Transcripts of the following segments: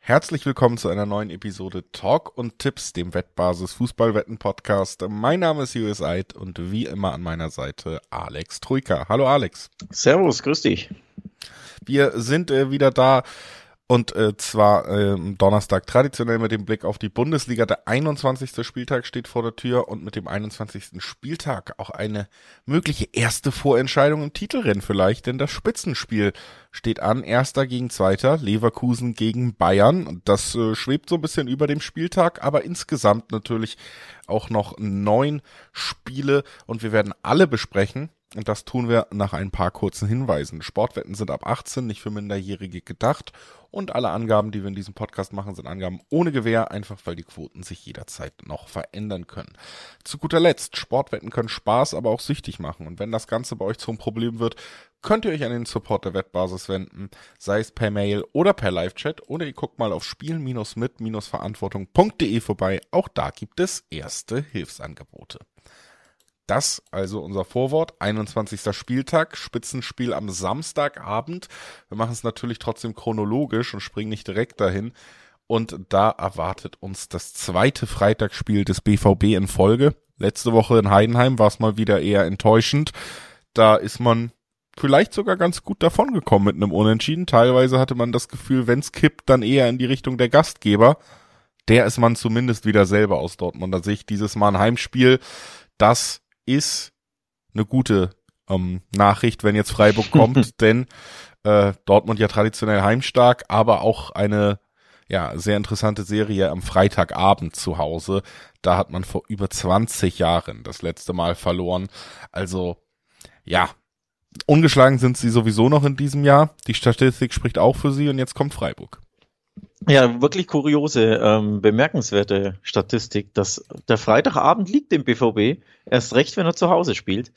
Herzlich willkommen zu einer neuen Episode Talk und Tipps, dem Wettbasis Fußballwetten-Podcast. Mein Name ist Julius Eid und wie immer an meiner Seite Alex Troika. Hallo Alex. Servus, grüß dich. Wir sind wieder da und zwar Donnerstag traditionell mit dem Blick auf die Bundesliga. Der 21. Spieltag steht vor der Tür und mit dem 21. Spieltag auch eine mögliche erste Vorentscheidung im Titelrennen vielleicht, denn das Spitzenspiel steht an, Erster gegen Zweiter, Leverkusen gegen Bayern. Das schwebt so ein bisschen über dem Spieltag, aber insgesamt natürlich auch noch 9 Spiele und wir werden alle besprechen. Und das tun wir nach ein paar kurzen Hinweisen. Sportwetten sind ab 18, nicht für Minderjährige gedacht. Und alle Angaben, die wir in diesem Podcast machen, sind Angaben ohne Gewähr, einfach weil die Quoten sich jederzeit noch verändern können. Zu guter Letzt, Sportwetten können Spaß, aber auch süchtig machen. Und wenn das Ganze bei euch zum Problem wird, könnt ihr euch an den Support der Wettbasis wenden, sei es per Mail oder per Live-Chat. Oder ihr guckt mal auf spielen-mit-verantwortung.de vorbei. Auch da gibt es erste Hilfsangebote. Das also unser Vorwort, 21. Spieltag, Spitzenspiel am Samstagabend. Wir machen es natürlich trotzdem chronologisch und springen nicht direkt dahin. Und da erwartet uns das zweite Freitagsspiel des BVB in Folge. Letzte Woche in Heidenheim war es mal wieder eher enttäuschend. Da ist man vielleicht sogar ganz gut davongekommen mit einem Unentschieden. Teilweise hatte man das Gefühl, wenn es kippt, dann eher in die Richtung der Gastgeber. Der ist man zumindest wieder selber aus Dortmunder Sicht. Dieses Mal ein Heimspiel, das ist eine gute Nachricht, wenn jetzt Freiburg kommt, denn Dortmund ja traditionell heimstark, aber auch eine sehr interessante Serie am Freitagabend zu Hause. Da hat man vor über 20 Jahren das letzte Mal verloren. Also ungeschlagen sind sie sowieso noch in diesem Jahr. Die Statistik spricht auch für sie und jetzt kommt Freiburg. Ja, wirklich kuriose, bemerkenswerte Statistik, dass der Freitagabend liegt dem BVB, erst recht, wenn er zu Hause spielt.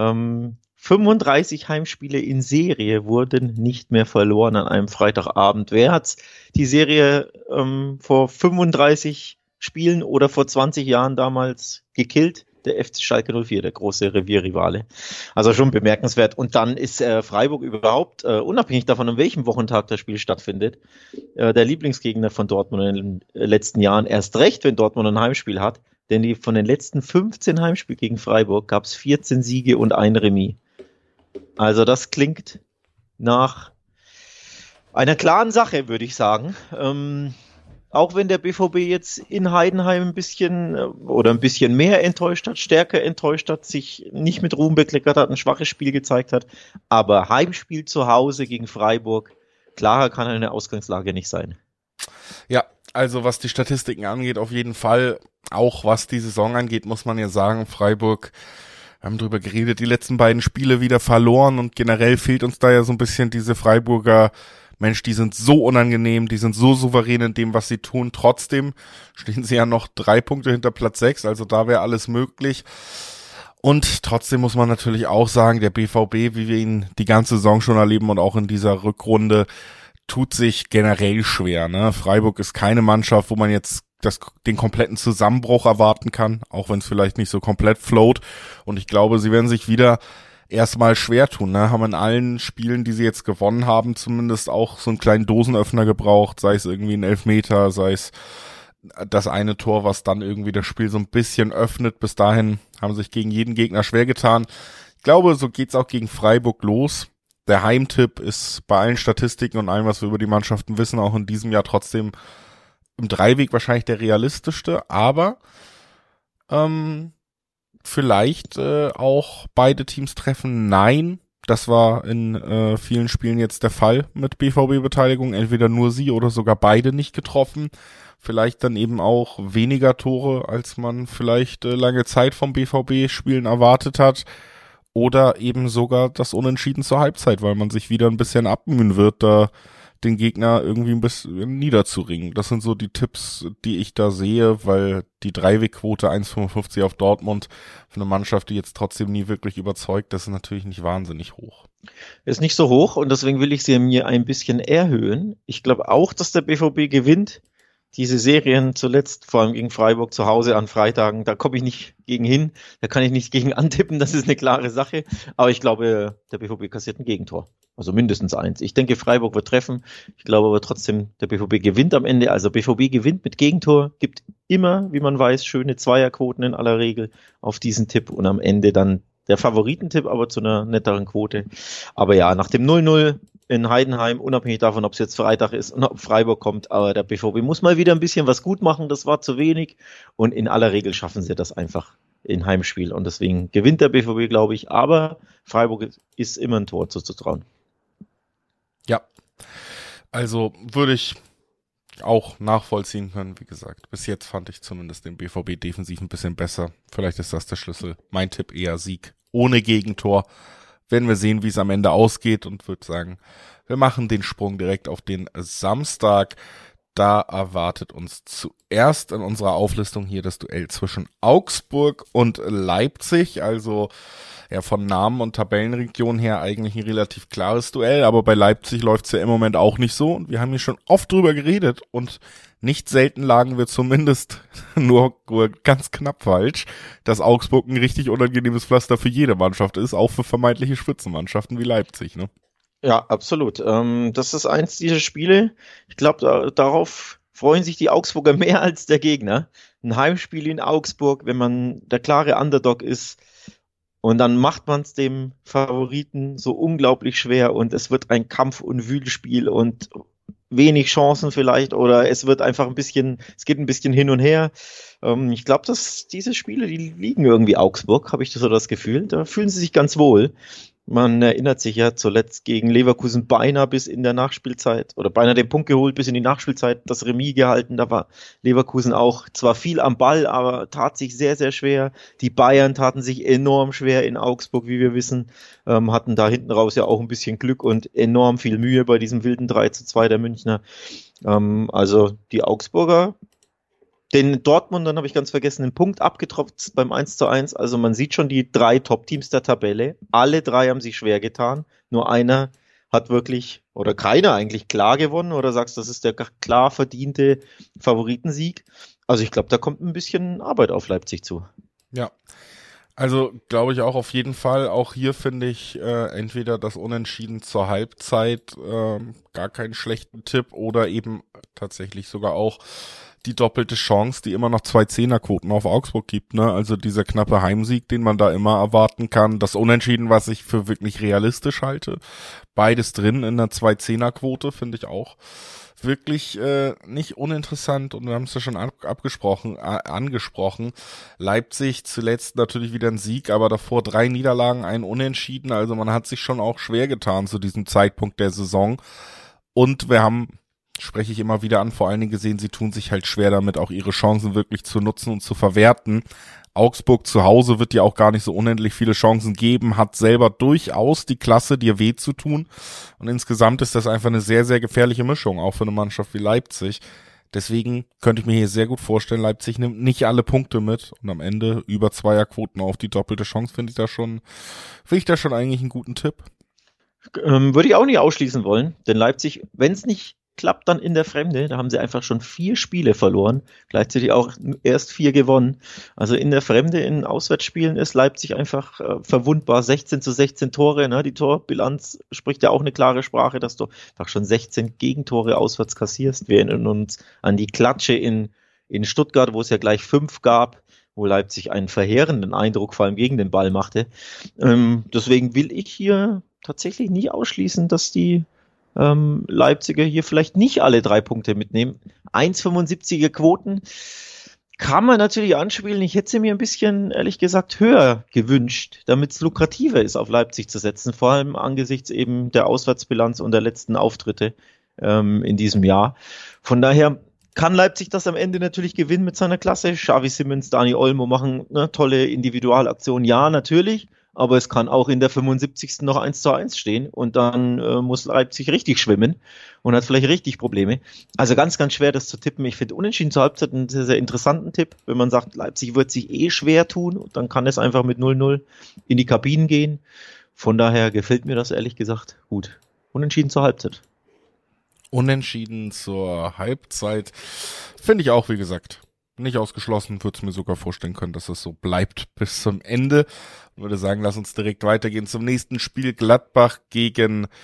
35 Heimspiele in Serie wurden nicht mehr verloren an einem Freitagabend. Wer hat die Serie vor 35 Spielen oder vor 20 Jahren damals gekillt? Der FC Schalke 04, der große Revierrivale. Also schon bemerkenswert. Und dann ist Freiburg überhaupt, unabhängig davon, an welchem Wochentag das Spiel stattfindet, der Lieblingsgegner von Dortmund in den letzten Jahren. Erst recht, wenn Dortmund ein Heimspiel hat. Denn von den letzten 15 Heimspielen gegen Freiburg gab es 14 Siege und ein Remis. Also das klingt nach einer klaren Sache, würde ich sagen. Auch wenn der BVB jetzt in Heidenheim ein bisschen mehr enttäuscht hat, stärker enttäuscht hat, sich nicht mit Ruhm bekleckert hat, ein schwaches Spiel gezeigt hat. Aber Heimspiel zu Hause gegen Freiburg, klarer kann eine Ausgangslage nicht sein. Ja, also was die Statistiken angeht, auf jeden Fall. Auch was die Saison angeht, muss man ja sagen, Freiburg, wir haben drüber geredet, die letzten beiden Spiele wieder verloren und generell fehlt uns da ja so ein bisschen diese Freiburger Mensch, die sind so unangenehm, die sind so souverän in dem, was sie tun. Trotzdem stehen sie ja noch 3 Punkte hinter Platz 6, also da wäre alles möglich. Und trotzdem muss man natürlich auch sagen, der BVB, wie wir ihn die ganze Saison schon erleben und auch in dieser Rückrunde, tut sich generell schwer. Ne? Freiburg ist keine Mannschaft, wo man jetzt den kompletten Zusammenbruch erwarten kann, auch wenn es vielleicht nicht so komplett float. Und ich glaube, sie werden sich wieder erstmal schwer tun, ne? Haben in allen Spielen, die sie jetzt gewonnen haben, zumindest auch so einen kleinen Dosenöffner gebraucht, sei es irgendwie ein Elfmeter, sei es das eine Tor, was dann irgendwie das Spiel so ein bisschen öffnet. Bis dahin haben sich gegen jeden Gegner schwer getan. Ich glaube, so geht's auch gegen Freiburg los. Der Heimtipp ist bei allen Statistiken und allem, was wir über die Mannschaften wissen, auch in diesem Jahr trotzdem im Dreiweg wahrscheinlich der realistischste, aber vielleicht auch beide Teams treffen. Nein, das war in vielen Spielen jetzt der Fall mit BVB-Beteiligung. Entweder nur sie oder sogar beide nicht getroffen. Vielleicht dann eben auch weniger Tore, als man vielleicht lange Zeit vom BVB-Spielen erwartet hat. Oder eben sogar das Unentschieden zur Halbzeit, weil man sich wieder ein bisschen abmühen wird, da den Gegner irgendwie ein bisschen niederzuringen. Das sind so die Tipps, die ich da sehe, weil die Dreiwegquote 1,55 auf Dortmund für eine Mannschaft, die jetzt trotzdem nie wirklich überzeugt, das ist natürlich nicht wahnsinnig hoch. Ist nicht so hoch und deswegen will ich sie mir ein bisschen erhöhen. Ich glaube auch, dass der BVB gewinnt. Diese Serien zuletzt, vor allem gegen Freiburg zu Hause an Freitagen, da komme ich nicht gegen hin, da kann ich nicht gegen antippen, das ist eine klare Sache. Aber ich glaube, der BVB kassiert ein Gegentor. Also mindestens 1. Ich denke, Freiburg wird treffen. Ich glaube aber trotzdem, der BVB gewinnt am Ende. Also BVB gewinnt mit Gegentor, gibt immer, wie man weiß, schöne Zweierquoten in aller Regel auf diesen Tipp und am Ende dann der Favoritentipp, aber zu einer netteren Quote. Aber ja, nach dem 0-0 in Heidenheim, unabhängig davon, ob es jetzt Freitag ist und ob Freiburg kommt, aber der BVB muss mal wieder ein bisschen was gut machen, das war zu wenig und in aller Regel schaffen sie das einfach in Heimspiel und deswegen gewinnt der BVB, glaube ich, aber Freiburg ist immer ein Tor zuzutrauen. Ja, also würde ich auch nachvollziehen können, wie gesagt. Bis jetzt fand ich zumindest den BVB defensiv ein bisschen besser. Vielleicht ist das der Schlüssel. Mein Tipp eher Sieg ohne Gegentor. Werden wir sehen, wie es am Ende ausgeht und würde sagen, wir machen den Sprung direkt auf den Samstag. Da erwartet uns zuerst in unserer Auflistung hier das Duell zwischen Augsburg und Leipzig. Also ja, von Namen und Tabellenregion her eigentlich ein relativ klares Duell, aber bei Leipzig läuft's ja im Moment auch nicht so und wir haben hier schon oft drüber geredet und nicht selten lagen wir zumindest nur ganz knapp falsch, dass Augsburg ein richtig unangenehmes Pflaster für jede Mannschaft ist, auch für vermeintliche Spitzenmannschaften wie Leipzig, ne? Ja, absolut. Das ist eins dieser Spiele. Ich glaube, darauf freuen sich die Augsburger mehr als der Gegner. Ein Heimspiel in Augsburg, wenn man der klare Underdog ist, und dann macht man es dem Favoriten so unglaublich schwer und es wird ein Kampf- und Wühlspiel und wenig Chancen vielleicht oder es wird einfach es geht ein bisschen hin und her. Ich glaube, dass diese Spiele, die liegen irgendwie Augsburg, habe ich so das Gefühl. Da fühlen sie sich ganz wohl. Man erinnert sich ja zuletzt gegen Leverkusen beinahe bis in der Nachspielzeit oder beinahe den Punkt geholt bis in die Nachspielzeit, das Remis gehalten. Da war Leverkusen auch zwar viel am Ball, aber tat sich sehr, sehr schwer. Die Bayern taten sich enorm schwer in Augsburg, wie wir wissen, hatten da hinten raus ja auch ein bisschen Glück und enorm viel Mühe bei diesem wilden 3:2 der Münchner. Also die Augsburger, den Dortmundern habe ich ganz vergessen, den Punkt abgetropft beim 1:1. Also man sieht schon die 3 Top-Teams der Tabelle. Alle 3 haben sich schwer getan. Nur einer hat wirklich, oder keiner eigentlich klar gewonnen. Oder sagst du, das ist der klar verdiente Favoritensieg? Also ich glaube, da kommt ein bisschen Arbeit auf Leipzig zu. Ja, also glaube ich auch auf jeden Fall. Auch hier finde ich entweder das Unentschieden zur Halbzeit gar keinen schlechten Tipp oder eben tatsächlich sogar auch die doppelte Chance, die immer noch 2 Zehnerquoten auf Augsburg gibt, ne? Also dieser knappe Heimsieg, den man da immer erwarten kann. Das Unentschieden, was ich für wirklich realistisch halte. Beides drin in einer 2 Zehnerquote, finde ich auch wirklich nicht uninteressant und wir haben es ja schon angesprochen. Leipzig zuletzt natürlich wieder ein Sieg, aber davor 3 Niederlagen, ein Unentschieden. Also man hat sich schon auch schwer getan zu diesem Zeitpunkt der Saison. Und wir haben, spreche ich immer wieder an, vor allen Dingen gesehen, sie tun sich halt schwer damit, auch ihre Chancen wirklich zu nutzen und zu verwerten. Augsburg zu Hause wird ja auch gar nicht so unendlich viele Chancen geben, hat selber durchaus die Klasse, dir weh zu tun. Und insgesamt ist das einfach eine sehr, sehr gefährliche Mischung, auch für eine Mannschaft wie Leipzig. Deswegen könnte ich mir hier sehr gut vorstellen, Leipzig nimmt nicht alle Punkte mit und am Ende über Zweierquoten auf die doppelte Chance finde ich da schon eigentlich einen guten Tipp. Würde ich auch nicht ausschließen wollen, denn Leipzig, wenn es nicht klappt, dann in der Fremde, da haben sie einfach schon 4 Spiele verloren, gleichzeitig auch erst 4 gewonnen. Also in der Fremde, in Auswärtsspielen ist Leipzig einfach verwundbar. 16:16 Tore, ne? Die Torbilanz spricht ja auch eine klare Sprache, dass du einfach schon 16 Gegentore auswärts kassierst. Wir erinnern uns an die Klatsche in Stuttgart, wo es ja gleich 5 gab, wo Leipzig einen verheerenden Eindruck vor allem gegen den Ball machte. Deswegen will ich hier tatsächlich nie ausschließen, dass die Leipziger hier vielleicht nicht alle 3 Punkte mitnehmen. 1,75er Quoten kann man natürlich anspielen. Ich hätte sie mir ein bisschen, ehrlich gesagt, höher gewünscht, damit es lukrativer ist, auf Leipzig zu setzen, vor allem angesichts eben der Auswärtsbilanz und der letzten Auftritte in diesem Jahr. Von daher kann Leipzig das am Ende natürlich gewinnen mit seiner Klasse. Xavi Simons, Dani Olmo machen eine tolle Individualaktion. Ja, natürlich. Aber es kann auch in der 75. noch 1:1 stehen und dann muss Leipzig richtig schwimmen und hat vielleicht richtig Probleme. Also ganz, ganz schwer, das zu tippen. Ich finde Unentschieden zur Halbzeit einen sehr, sehr interessanten Tipp. Wenn man sagt, Leipzig wird sich schwer tun, dann kann es einfach mit 0:0 in die Kabinen gehen. Von daher gefällt mir das ehrlich gesagt gut. Unentschieden zur Halbzeit. Unentschieden zur Halbzeit finde ich auch, wie gesagt, nicht ausgeschlossen, würde es mir sogar vorstellen können, dass es so bleibt bis zum Ende. Ich würde sagen, lass uns direkt weitergehen zum nächsten Spiel. Gladbach gegen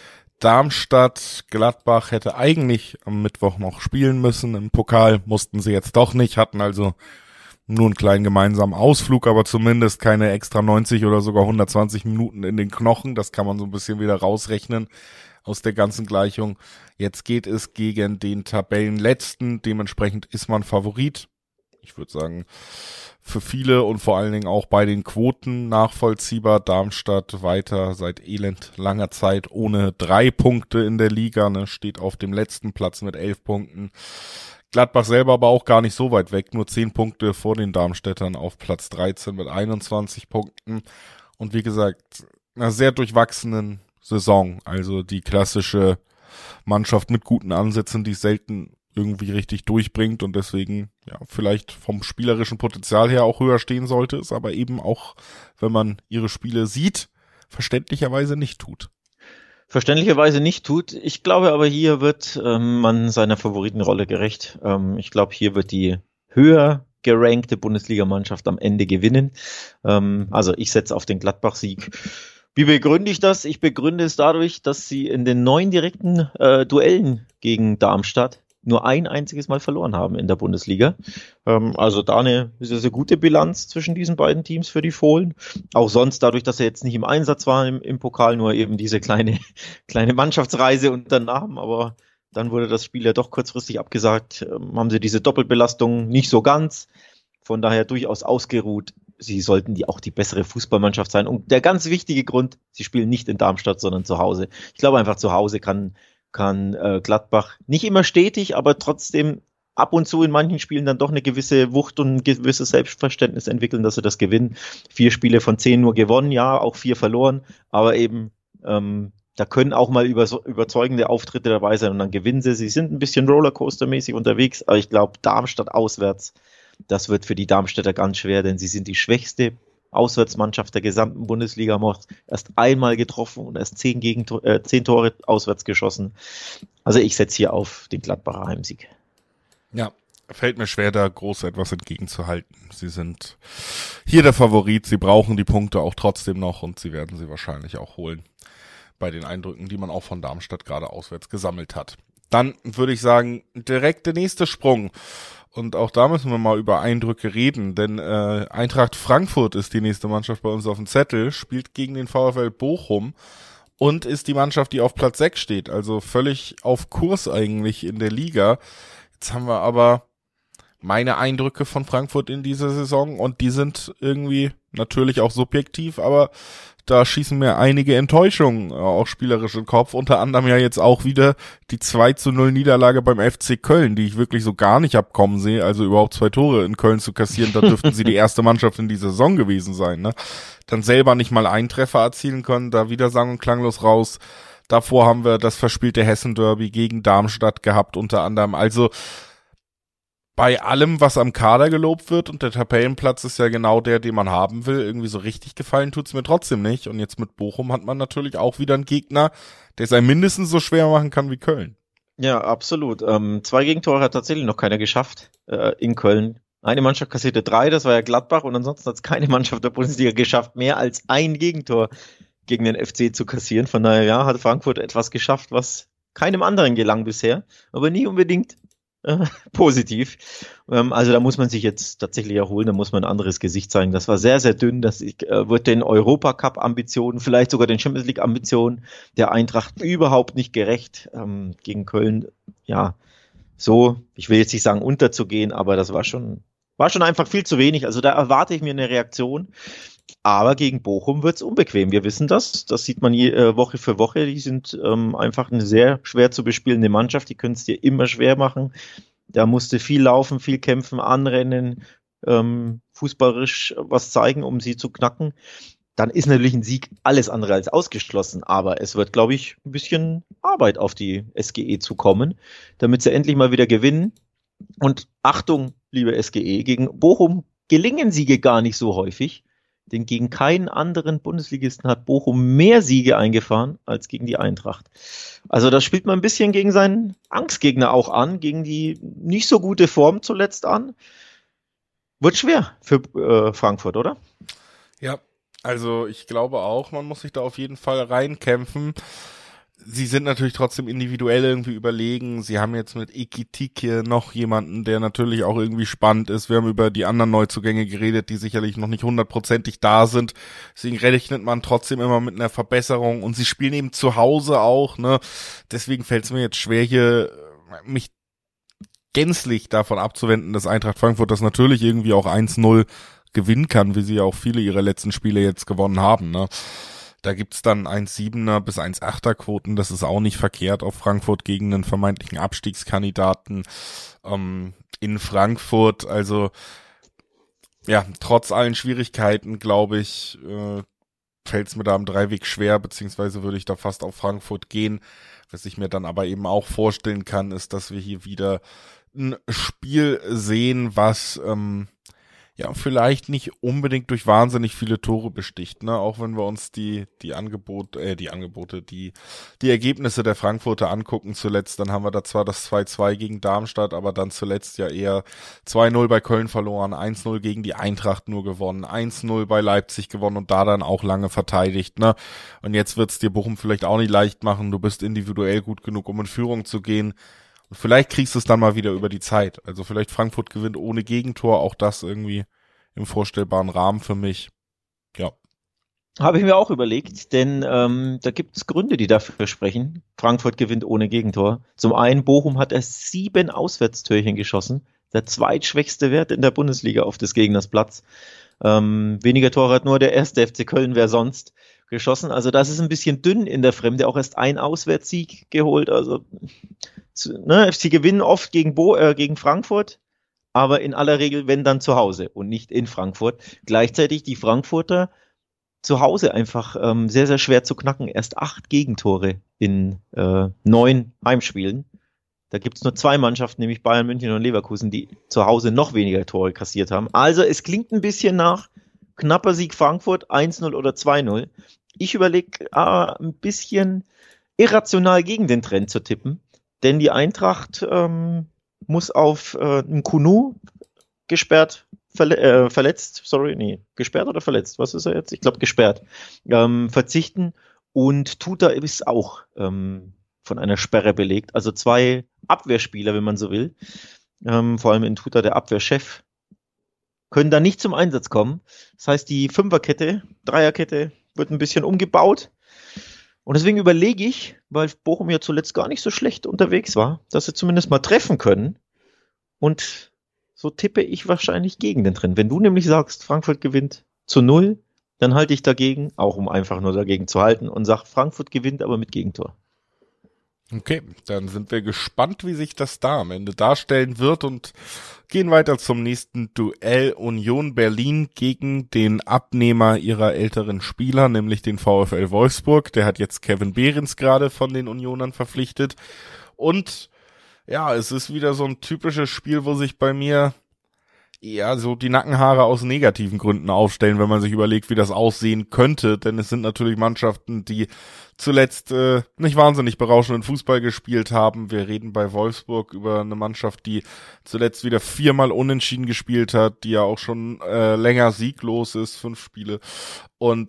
Darmstadt, Gladbach hätte eigentlich am Mittwoch noch spielen müssen. Im Pokal mussten sie jetzt doch nicht, hatten also nur einen kleinen gemeinsamen Ausflug, aber zumindest keine extra 90 oder sogar 120 Minuten in den Knochen. Das kann man so ein bisschen wieder rausrechnen aus der ganzen Gleichung. Jetzt geht es gegen den Tabellenletzten. Dementsprechend ist man Favorit. Ich würde sagen, für viele und vor allen Dingen auch bei den Quoten nachvollziehbar. Darmstadt weiter seit elend langer Zeit ohne 3 Punkte in der Liga, ne, steht auf dem letzten Platz mit 11 Punkten. Gladbach selber aber auch gar nicht so weit weg, nur 10 Punkte vor den Darmstädtern auf Platz 13 mit 21 Punkten. Und wie gesagt, einer sehr durchwachsenen Saison, also die klassische Mannschaft mit guten Ansätzen, die selten irgendwie richtig durchbringt und deswegen ja vielleicht vom spielerischen Potenzial her auch höher stehen sollte, es aber eben auch, wenn man ihre Spiele sieht, verständlicherweise nicht tut. Verständlicherweise nicht tut. Ich glaube aber, hier wird man seiner Favoritenrolle gerecht. Ich glaube, hier wird die höher gerankte Bundesligamannschaft am Ende gewinnen. Also ich setze auf den Gladbach-Sieg. Wie begründe ich das? Ich begründe es dadurch, dass sie in den 9 direkten Duellen gegen Darmstadt nur ein einziges Mal verloren haben in der Bundesliga. Also da eine sehr, sehr gute Bilanz zwischen diesen beiden Teams für die Fohlen. Auch sonst, dadurch, dass er jetzt nicht im Einsatz war im Pokal, nur eben diese kleine Mannschaftsreise unternahm, aber dann wurde das Spiel ja doch kurzfristig abgesagt, haben sie diese Doppelbelastung nicht so ganz. Von daher durchaus ausgeruht. Sie sollten auch die bessere Fußballmannschaft sein. Und der ganz wichtige Grund, sie spielen nicht in Darmstadt, sondern zu Hause. Ich glaube einfach, zu Hause kann Gladbach nicht immer stetig, aber trotzdem ab und zu in manchen Spielen dann doch eine gewisse Wucht und ein gewisses Selbstverständnis entwickeln, dass sie das gewinnen. 4 Spiele von 10 nur gewonnen, ja, auch 4 verloren, aber eben da können auch mal überzeugende Auftritte dabei sein und dann gewinnen sie. Sie sind ein bisschen Rollercoaster-mäßig unterwegs, aber ich glaube, Darmstadt auswärts, das wird für die Darmstädter ganz schwer, denn sie sind die schwächste Auswärtsmannschaft der gesamten Bundesliga, haben erst einmal getroffen und erst 10 Tore auswärts geschossen. Also ich setze hier auf den Gladbacher Heimsieg. Ja, fällt mir schwer, da groß etwas entgegenzuhalten. Sie sind hier der Favorit, sie brauchen die Punkte auch trotzdem noch und sie werden sie wahrscheinlich auch holen bei den Eindrücken, die man auch von Darmstadt gerade auswärts gesammelt hat. Dann würde ich sagen, direkt der nächste Sprung. Und auch da müssen wir mal über Eindrücke reden, denn Eintracht Frankfurt ist die nächste Mannschaft bei uns auf dem Zettel, spielt gegen den VfL Bochum und ist die Mannschaft, die auf Platz 6 steht, also völlig auf Kurs eigentlich in der Liga. Jetzt haben wir aber meine Eindrücke von Frankfurt in dieser Saison und die sind irgendwie natürlich auch subjektiv, aber da schießen mir einige Enttäuschungen auch spielerisch in den Kopf, unter anderem ja jetzt auch wieder die 2:0 Niederlage beim FC Köln, die ich wirklich so gar nicht abkommen sehe, also überhaupt 2 Tore in Köln zu kassieren, da dürften sie die erste Mannschaft in dieser Saison gewesen sein, ne? Dann selber nicht mal einen Treffer erzielen können, da wieder sang- und klanglos raus. Davor haben wir das verspielte Hessen-Derby gegen Darmstadt gehabt unter anderem, also bei allem, was am Kader gelobt wird und der Tabellenplatz ist ja genau der, den man haben will, irgendwie so richtig gefallen tut's mir trotzdem nicht. Und jetzt mit Bochum hat man natürlich auch wieder einen Gegner, der es einem mindestens so schwer machen kann wie Köln. Ja, absolut. 2 Gegentore hat tatsächlich noch keiner geschafft in Köln. Eine Mannschaft kassierte 3, das war ja Gladbach und ansonsten hat es keine Mannschaft der Bundesliga geschafft, mehr als ein Gegentor gegen den FC zu kassieren. Von daher, ja, hat Frankfurt etwas geschafft, was keinem anderen gelang bisher, aber nie unbedingt positiv. Also da muss man sich jetzt tatsächlich erholen, da muss man ein anderes Gesicht zeigen. Das war sehr, sehr dünn. Das wird den Europacup-Ambitionen, vielleicht sogar den Champions League-Ambitionen der Eintracht überhaupt nicht gerecht. Gegen Köln, ja, so, ich will jetzt nicht sagen unterzugehen, aber das war schon einfach viel zu wenig. Also da erwarte ich mir eine Reaktion. Aber gegen Bochum wird's unbequem. Wir wissen das. Das sieht man Woche für Woche. Die sind einfach eine sehr schwer zu bespielende Mannschaft. Die können es dir immer schwer machen. Da musste viel laufen, viel kämpfen, anrennen, fußballerisch was zeigen, um sie zu knacken. Dann ist natürlich ein Sieg alles andere als ausgeschlossen. Aber es wird, glaube ich, ein bisschen Arbeit auf die SGE zukommen, damit sie endlich mal wieder gewinnen. Und Achtung, liebe SGE, gegen Bochum gelingen Siege gar nicht so häufig. Denn gegen keinen anderen Bundesligisten hat Bochum mehr Siege eingefahren als gegen die Eintracht. Also das spielt man ein bisschen gegen seinen Angstgegner auch an, gegen die nicht so gute Form zuletzt an. Wird schwer für Frankfurt, oder? Ja, also ich glaube auch, man muss sich da auf jeden Fall reinkämpfen. sie sind natürlich trotzdem individuell irgendwie überlegen. Sie haben jetzt mit Ekitike noch jemanden, der natürlich auch irgendwie spannend ist. Wir haben über die anderen Neuzugänge geredet, die sicherlich noch nicht 100%ig da sind. Deswegen rechnet man trotzdem immer mit einer Verbesserung. Und sie spielen eben zu Hause auch, ne? Deswegen fällt es mir jetzt schwer, hier mich gänzlich davon abzuwenden, dass Eintracht Frankfurt das natürlich irgendwie auch 1-0 gewinnen kann, wie sie ja auch viele ihrer letzten Spiele jetzt gewonnen haben, ne? Da gibt's dann 1,7er bis 1,8er Quoten, das ist auch nicht verkehrt auf Frankfurt gegen einen vermeintlichen Abstiegskandidaten in Frankfurt. Also ja, trotz allen Schwierigkeiten, glaube ich, fällt es mir da am Dreiweg schwer, beziehungsweise würde ich da fast auf Frankfurt gehen. Was ich mir dann aber eben auch vorstellen kann, ist, dass wir hier wieder ein Spiel sehen, was ja vielleicht nicht unbedingt durch wahnsinnig viele Tore besticht, ne? Auch wenn wir uns die Ergebnisse der Frankfurter angucken zuletzt, dann haben wir da zwar das 2-2 gegen Darmstadt, aber dann zuletzt ja eher 2-0 bei Köln verloren, 1-0 gegen die Eintracht nur gewonnen, 1-0 bei Leipzig gewonnen und da dann auch lange verteidigt, ne? Und jetzt wird's dir Bochum vielleicht auch nicht leicht machen, du bist individuell gut genug, um in Führung zu gehen. Und vielleicht kriegst du es dann mal wieder über die Zeit. Also vielleicht Frankfurt gewinnt ohne Gegentor, auch das irgendwie im vorstellbaren Rahmen für mich. Ja. Habe ich mir auch überlegt, denn da gibt es Gründe, die dafür sprechen. Frankfurt gewinnt ohne Gegentor. Zum einen, Bochum hat erst 7 Auswärtstörchen geschossen. Der zweitschwächste Wert in der Bundesliga auf des Gegners Platz. Weniger Tore hat nur der erste FC Köln, wer sonst, geschossen. Also das ist ein bisschen dünn in der Fremde. Auch erst ein Auswärtssieg geholt. Also sie gewinnen oft gegen Frankfurt, aber in aller Regel, wenn dann zu Hause und nicht in Frankfurt. Gleichzeitig die Frankfurter zu Hause einfach sehr, sehr schwer zu knacken. Erst 8 Gegentore in 9 Heimspielen. Da gibt es nur 2 Mannschaften, nämlich Bayern München und Leverkusen, die zu Hause noch weniger Tore kassiert haben. Also es klingt ein bisschen nach knapper Sieg Frankfurt, 1-0 oder 2-0. Ich überlege ein bisschen irrational gegen den Trend zu tippen, denn die Eintracht muss auf Nkunku gesperrt oder verletzt, was ist er jetzt? Ich glaube gesperrt, verzichten, und Tuta ist auch von einer Sperre belegt, also 2 Abwehrspieler, wenn man so will, vor allem in Tuta der Abwehrchef, können da nicht zum Einsatz kommen. Das heißt, die Fünferkette, Dreierkette wird ein bisschen umgebaut, und deswegen überlege ich, weil Bochum ja zuletzt gar nicht so schlecht unterwegs war, dass sie zumindest mal treffen können, und so tippe ich wahrscheinlich gegen den Trend. Wenn du nämlich sagst, Frankfurt gewinnt zu 0, dann halte ich dagegen, auch um einfach nur dagegen zu halten, und sage, Frankfurt gewinnt, aber mit Gegentor. Okay, dann sind wir gespannt, wie sich das da am Ende darstellen wird, und gehen weiter zum nächsten Duell. Union Berlin gegen den Abnehmer ihrer älteren Spieler, nämlich den VfL Wolfsburg. Der hat jetzt Kevin Behrens gerade von den Unionern verpflichtet. Und ja, es ist wieder so ein typisches Spiel, wo sich bei mir eher so die Nackenhaare aus negativen Gründen aufstellen, wenn man sich überlegt, wie das aussehen könnte. Denn es sind natürlich Mannschaften, die zuletzt nicht wahnsinnig berauschenden Fußball gespielt haben. Wir reden bei Wolfsburg über eine Mannschaft, die zuletzt wieder 4-mal unentschieden gespielt hat, die ja auch schon länger sieglos ist, 5 Spiele. Und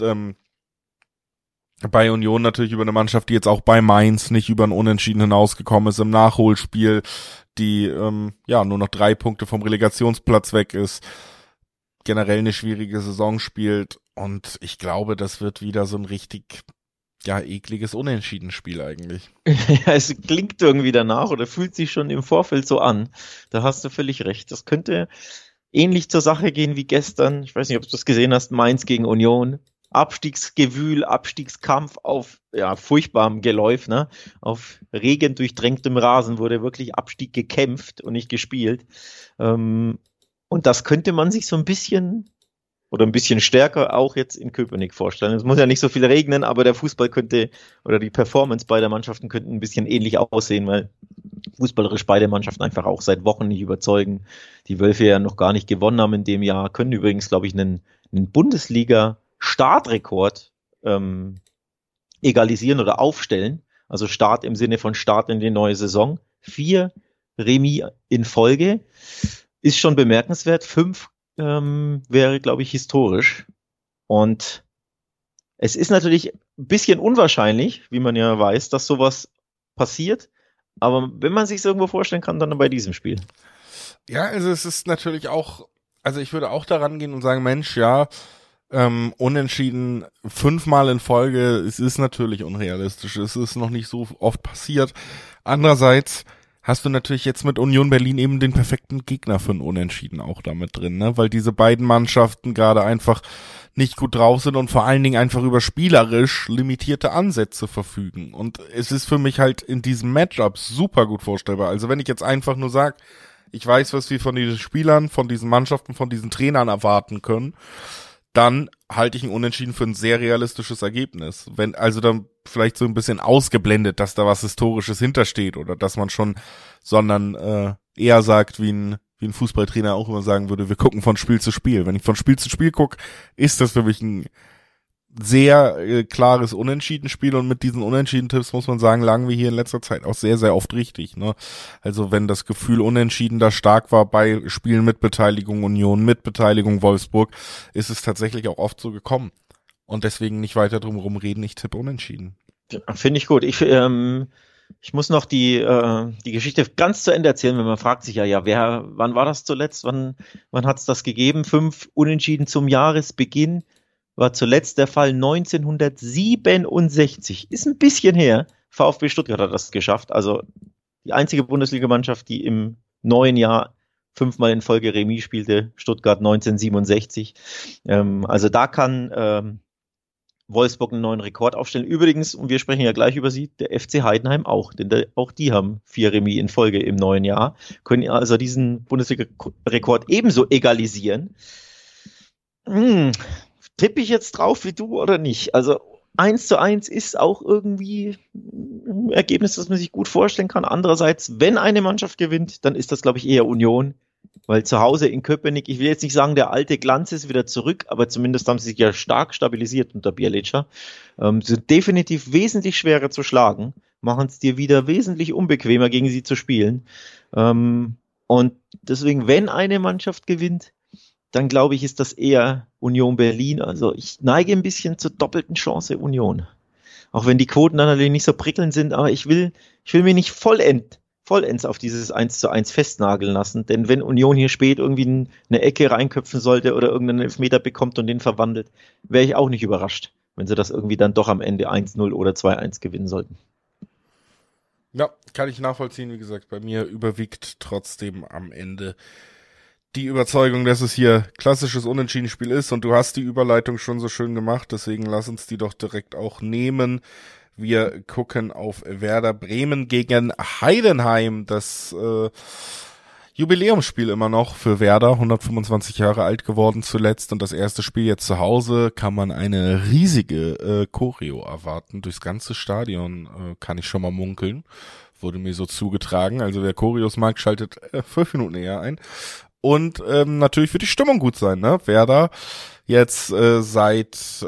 bei Union natürlich über eine Mannschaft, die jetzt auch bei Mainz nicht über ein Unentschieden hinausgekommen ist im Nachholspiel, die nur noch 3 Punkte vom Relegationsplatz weg ist, generell eine schwierige Saison spielt, und ich glaube, das wird wieder so ein richtig ekliges Unentschieden-Spiel eigentlich. Ja, es klingt irgendwie danach oder fühlt sich schon im Vorfeld so an. Da hast du völlig recht. Das könnte ähnlich zur Sache gehen wie gestern. Ich weiß nicht, ob du das gesehen hast, Mainz gegen Union. Abstiegsgewühl, Abstiegskampf auf furchtbarem Geläuf, ne? Auf regendurchtränktem Rasen wurde wirklich Abstieg gekämpft und nicht gespielt. Und das könnte man sich so ein bisschen oder ein bisschen stärker auch jetzt in Köpenick vorstellen. Es muss ja nicht so viel regnen, aber der Fußball könnte, oder die Performance beider Mannschaften könnten ein bisschen ähnlich aussehen, weil fußballerisch beide Mannschaften einfach auch seit Wochen nicht überzeugen. Die Wölfe ja noch gar nicht gewonnen haben in dem Jahr, können übrigens, glaube ich, einen Bundesliga-Startrekord egalisieren oder aufstellen. Also Start im Sinne von Start in die neue Saison. 4 Remis in Folge ist schon bemerkenswert. 5 wäre, glaube ich, historisch. Und es ist natürlich ein bisschen unwahrscheinlich, wie man ja weiß, dass sowas passiert. Aber wenn man sich irgendwo vorstellen kann, dann bei diesem Spiel. Ja, also es ist natürlich auch, also ich würde auch daran gehen und sagen, Mensch, ja, unentschieden 5-mal in Folge, es ist natürlich unrealistisch, es ist noch nicht so oft passiert. Andererseits hast du natürlich jetzt mit Union Berlin eben den perfekten Gegner für ein Unentschieden auch damit drin, ne? Weil diese beiden Mannschaften gerade einfach nicht gut drauf sind und vor allen Dingen einfach über spielerisch limitierte Ansätze verfügen. Und es ist für mich halt in diesem Matchup super gut vorstellbar. Also wenn ich jetzt einfach nur sage, ich weiß, was wir von diesen Spielern, von diesen Mannschaften, von diesen Trainern erwarten können, dann halte ich ein Unentschieden für ein sehr realistisches Ergebnis. Wenn, also dann vielleicht so ein bisschen ausgeblendet, dass da was Historisches hintersteht oder dass man schon, sondern eher sagt, wie ein Fußballtrainer auch immer sagen würde, wir gucken von Spiel zu Spiel. Wenn ich von Spiel zu Spiel gucke, ist das für mich ein sehr klares Unentschieden-Spiel und mit diesen Unentschieden-Tipps muss man sagen, lagen wir hier in letzter Zeit auch sehr, sehr oft richtig, ne? Also wenn das Gefühl Unentschieden da stark war bei Spielen mit Beteiligung Union, mit Beteiligung Wolfsburg, ist es tatsächlich auch oft so gekommen. Und deswegen nicht weiter drum herum reden, ich tippe Unentschieden. Finde ich gut. Ich muss noch die Geschichte ganz zu Ende erzählen, wenn man fragt sich wann war das zuletzt? Wann hat es das gegeben? 5 Unentschieden zum Jahresbeginn. War zuletzt der Fall 1967. Ist ein bisschen her. VfB Stuttgart hat das geschafft. Also die einzige Bundesligamannschaft, die im neuen Jahr 5-mal in Folge Remis spielte, Stuttgart 1967. Also da kann Wolfsburg einen neuen Rekord aufstellen. Übrigens, und wir sprechen ja gleich über sie, der FC Heidenheim auch, denn auch die haben 4 Remis in Folge im neuen Jahr, können also diesen Bundesliga-Rekord ebenso egalisieren. Tippe ich jetzt drauf wie du oder nicht? Also 1:1 ist auch irgendwie ein Ergebnis, das man sich gut vorstellen kann. Andererseits, wenn eine Mannschaft gewinnt, dann ist das, glaube ich, eher Union. Weil zu Hause in Köpenick, ich will jetzt nicht sagen, der alte Glanz ist wieder zurück, aber zumindest haben sie sich ja stark stabilisiert unter Bjelica. Sind definitiv wesentlich schwerer zu schlagen, machen es dir wieder wesentlich unbequemer, gegen sie zu spielen. Und deswegen, wenn eine Mannschaft gewinnt, dann glaube ich, ist das eher Union Berlin. Also ich neige ein bisschen zur doppelten Chance Union. Auch wenn die Quoten dann natürlich nicht so prickelnd sind, aber ich will mich nicht vollends auf dieses 1:1 festnageln lassen. Denn wenn Union hier spät irgendwie eine Ecke reinköpfen sollte oder irgendeinen Elfmeter bekommt und den verwandelt, wäre ich auch nicht überrascht, wenn sie das irgendwie dann doch am Ende 1:0 oder 2:1 gewinnen sollten. Ja, kann ich nachvollziehen. Wie gesagt, bei mir überwiegt trotzdem am Ende die Überzeugung, dass es hier klassisches Unentschieden-Spiel ist und du hast die Überleitung schon so schön gemacht, deswegen lass uns die doch direkt auch nehmen. Wir gucken auf Werder Bremen gegen Heidenheim, das Jubiläumsspiel immer noch für Werder, 125 Jahre alt geworden zuletzt und das erste Spiel jetzt zu Hause, kann man eine riesige Choreo erwarten, durchs ganze Stadion kann ich schon mal munkeln, wurde mir so zugetragen, also wer Choreos mag, schaltet 5 Minuten eher ein. Und natürlich wird die Stimmung gut sein, ne? Werder jetzt seit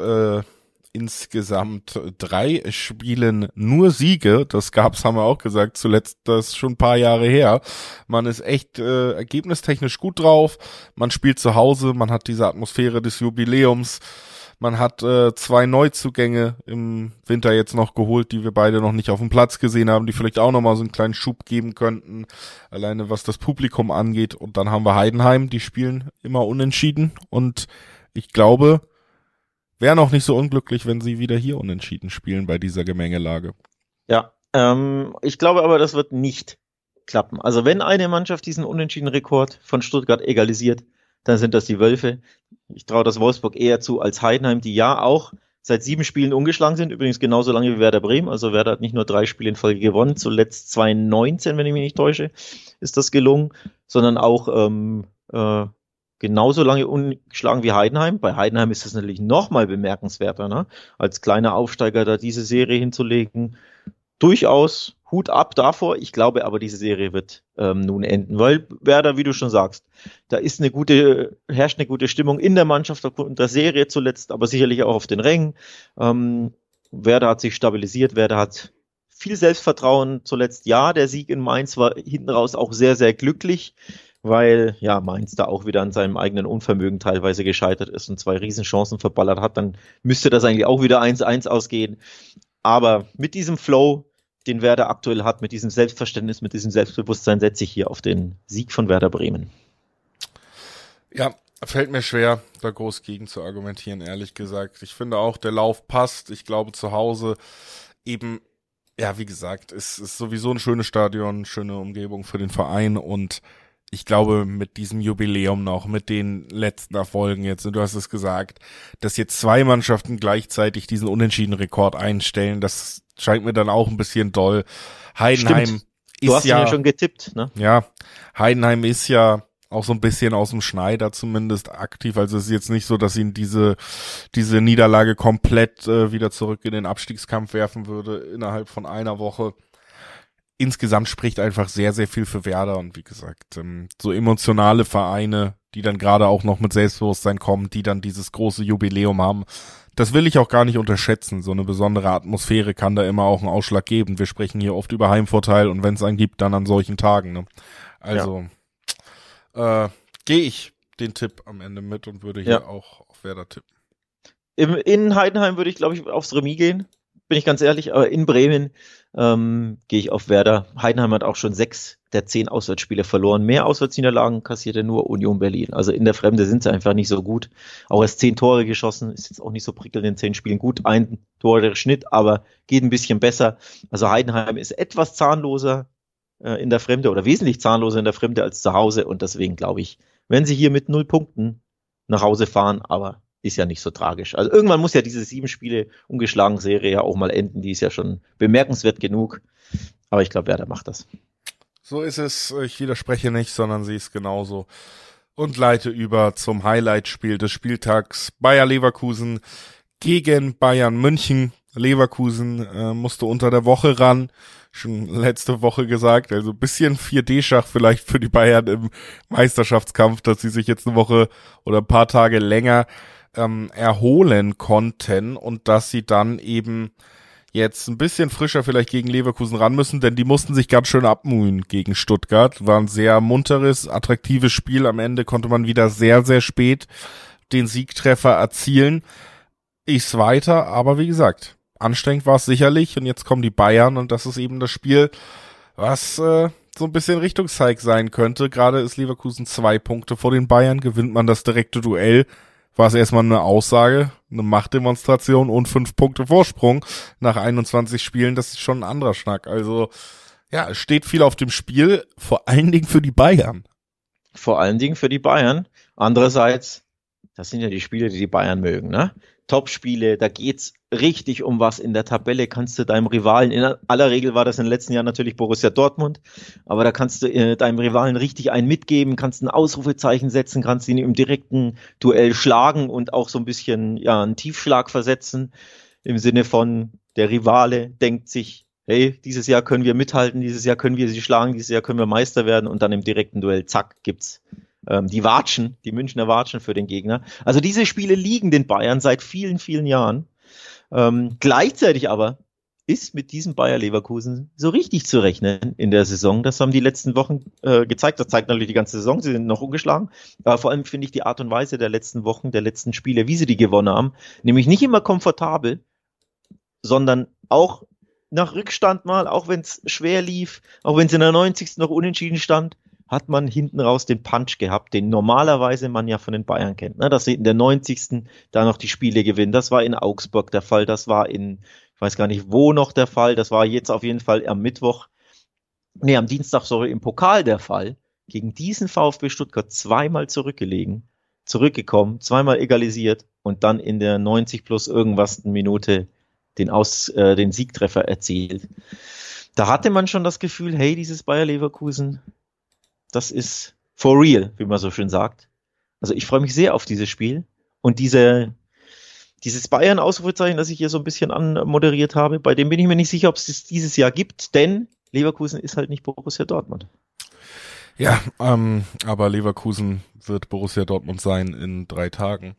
insgesamt 3 Spielen nur Siege. Das gab's, haben wir auch gesagt, zuletzt das schon ein paar Jahre her. Man ist echt ergebnistechnisch gut drauf. Man spielt zu Hause, man hat diese Atmosphäre des Jubiläums. Man hat 2 Neuzugänge im Winter jetzt noch geholt, die wir beide noch nicht auf dem Platz gesehen haben, die vielleicht auch nochmal so einen kleinen Schub geben könnten, alleine was das Publikum angeht. Und dann haben wir Heidenheim, die spielen immer unentschieden. Und ich glaube, wären auch nicht so unglücklich, wenn sie wieder hier unentschieden spielen bei dieser Gemengelage. Ja, ich glaube aber, das wird nicht klappen. Also wenn eine Mannschaft diesen Unentschieden-Rekord von Stuttgart egalisiert, dann sind das die Wölfe. Ich traue das Wolfsburg eher zu als Heidenheim, die ja auch seit 7 Spielen ungeschlagen sind, übrigens genauso lange wie Werder Bremen. Also Werder hat nicht nur 3 Spiele in Folge gewonnen, zuletzt 2019, wenn ich mich nicht täusche, ist das gelungen, sondern auch genauso lange ungeschlagen wie Heidenheim. Bei Heidenheim ist das natürlich nochmal bemerkenswerter, ne? Als kleiner Aufsteiger da diese Serie hinzulegen. Durchaus Hut ab davor. Ich glaube aber, diese Serie wird nun enden, weil Werder, wie du schon sagst, da ist herrscht eine gute Stimmung in der Mannschaft aufgrund der Serie zuletzt, aber sicherlich auch auf den Rängen. Werder hat sich stabilisiert, Werder hat viel Selbstvertrauen zuletzt. Ja, der Sieg in Mainz war hinten raus auch sehr, sehr glücklich. weil ja Mainz da auch wieder an seinem eigenen Unvermögen teilweise gescheitert ist und 2 Riesenchancen verballert hat, dann müsste das eigentlich auch wieder 1-1 ausgehen. Aber mit diesem Flow, den Werder aktuell hat, mit diesem Selbstverständnis, mit diesem Selbstbewusstsein, setze ich hier auf den Sieg von Werder Bremen. Ja, fällt mir schwer, da groß gegen zu argumentieren, ehrlich gesagt. Ich finde auch, der Lauf passt. Ich glaube, zu Hause eben, ja, wie gesagt, es ist sowieso ein schönes Stadion, schöne Umgebung für den Verein und ich glaube, mit diesem Jubiläum noch, mit den letzten Erfolgen jetzt, und du hast es gesagt, dass jetzt 2 Mannschaften gleichzeitig diesen Unentschieden-Rekord einstellen, das scheint mir dann auch ein bisschen doll. Heidenheim Stimmt. Du ist hast ihn ja schon getippt, ne? ja, Heidenheim ist ja auch so ein bisschen aus dem Schneider zumindest aktiv. Also es ist jetzt nicht so, dass ihn diese Niederlage komplett wieder zurück in den Abstiegskampf werfen würde innerhalb von einer Woche. Insgesamt spricht einfach sehr, sehr viel für Werder und wie gesagt, so emotionale Vereine, die dann gerade auch noch mit Selbstbewusstsein kommen, die dann dieses große Jubiläum haben. Das will ich auch gar nicht unterschätzen. So eine besondere Atmosphäre kann da immer auch einen Ausschlag geben. Wir sprechen hier oft über Heimvorteil und wenn es einen gibt, dann an solchen Tagen. Ne? Also gehe ich den Tipp am Ende mit und würde hier auch auf Werder tippen. In Heidenheim würde ich, glaube ich, aufs Remis gehen, bin ich ganz ehrlich, aber in Bremen gehe ich auf Werder. Heidenheim hat auch schon 6 der 10 Auswärtsspiele verloren. Mehr Auswärtsniederlagen kassierte nur Union Berlin. Also in der Fremde sind sie einfach nicht so gut. Auch erst 10 Tore geschossen, ist jetzt auch nicht so prickelnd in 10 Spielen. Gut, 1 Tor der Schnitt, aber geht ein bisschen besser. Also Heidenheim ist etwas zahnloser in der Fremde oder wesentlich zahnloser in der Fremde als zu Hause und deswegen glaube ich, wenn sie hier mit 0 Punkten nach Hause fahren, aber ist ja nicht so tragisch. Also irgendwann muss ja diese 7 Spiele ungeschlagen Serie ja auch mal enden. Die ist ja schon bemerkenswert genug. Aber ich glaube, Werder macht das. So ist es. Ich widerspreche nicht, sondern sehe es genauso. Und leite über zum Highlight-Spiel des Spieltags. Bayer Leverkusen gegen Bayern München. Leverkusen musste unter der Woche ran. Schon letzte Woche gesagt. Also ein bisschen 4D-Schach vielleicht für die Bayern im Meisterschaftskampf, dass sie sich jetzt eine Woche oder ein paar Tage länger erholen konnten und dass sie dann eben jetzt ein bisschen frischer vielleicht gegen Leverkusen ran müssen, denn die mussten sich ganz schön abmühen gegen Stuttgart. War ein sehr munteres, attraktives Spiel. Am Ende konnte man wieder sehr, sehr spät den Siegtreffer erzielen. Ich's weiter, aber wie gesagt, anstrengend war es sicherlich und jetzt kommen die Bayern und das ist eben das Spiel, was so ein bisschen Richtungszeig sein könnte. Gerade ist Leverkusen 2 Punkte vor den Bayern, gewinnt man das direkte Duell, war es erstmal eine Aussage, eine Machtdemonstration und 5 Punkte Vorsprung nach 21 Spielen, das ist schon ein anderer Schnack. Also ja, es steht viel auf dem Spiel, vor allen Dingen für die Bayern. Vor allen Dingen für die Bayern. Andererseits, das sind ja die Spiele, die Bayern mögen, ne? Top-Spiele, da geht's richtig um was in der Tabelle, kannst du deinem Rivalen, in aller Regel war das in den letzten Jahren natürlich Borussia Dortmund, aber da kannst du deinem Rivalen richtig einen mitgeben, kannst ein Ausrufezeichen setzen, kannst ihn im direkten Duell schlagen und auch so ein bisschen, ja, einen Tiefschlag versetzen, im Sinne von, der Rivale denkt sich, hey, dieses Jahr können wir mithalten, dieses Jahr können wir sie schlagen, dieses Jahr können wir Meister werden und dann im direkten Duell, zack, gibt's die Watschen, die Münchner Watschen für den Gegner. Also diese Spiele liegen den Bayern seit vielen, vielen Jahren. Gleichzeitig aber ist mit diesem Bayer Leverkusen so richtig zu rechnen in der Saison. Das haben die letzten Wochen gezeigt. Das zeigt natürlich die ganze Saison. Sie sind noch ungeschlagen. Aber vor allem finde ich die Art und Weise der letzten Wochen, der letzten Spiele, wie sie die gewonnen haben, nämlich nicht immer komfortabel, sondern auch nach Rückstand mal, auch wenn es schwer lief, auch wenn es in der 90. noch unentschieden stand, hat man hinten raus den Punch gehabt, den normalerweise man ja von den Bayern kennt. Ne? Dass sie in der 90. da noch die Spiele gewinnen. Das war in Augsburg der Fall, das war in, ich weiß gar nicht wo noch der Fall, das war jetzt auf jeden Fall am Dienstag, im Pokal der Fall. Gegen diesen VfB Stuttgart zweimal zurückgekommen, zweimal egalisiert und dann in der 90 plus irgendwas Minute den Siegtreffer erzielt. Da hatte man schon das Gefühl, hey, dieses Bayer Leverkusen, das ist for real, wie man so schön sagt. Also ich freue mich sehr auf dieses Spiel und dieses Bayern-Ausrufezeichen, das ich hier so ein bisschen anmoderiert habe, bei dem bin ich mir nicht sicher, ob es dieses Jahr gibt, denn Leverkusen ist halt nicht Borussia Dortmund. Ja, aber Leverkusen wird Borussia Dortmund sein in 3 Tagen.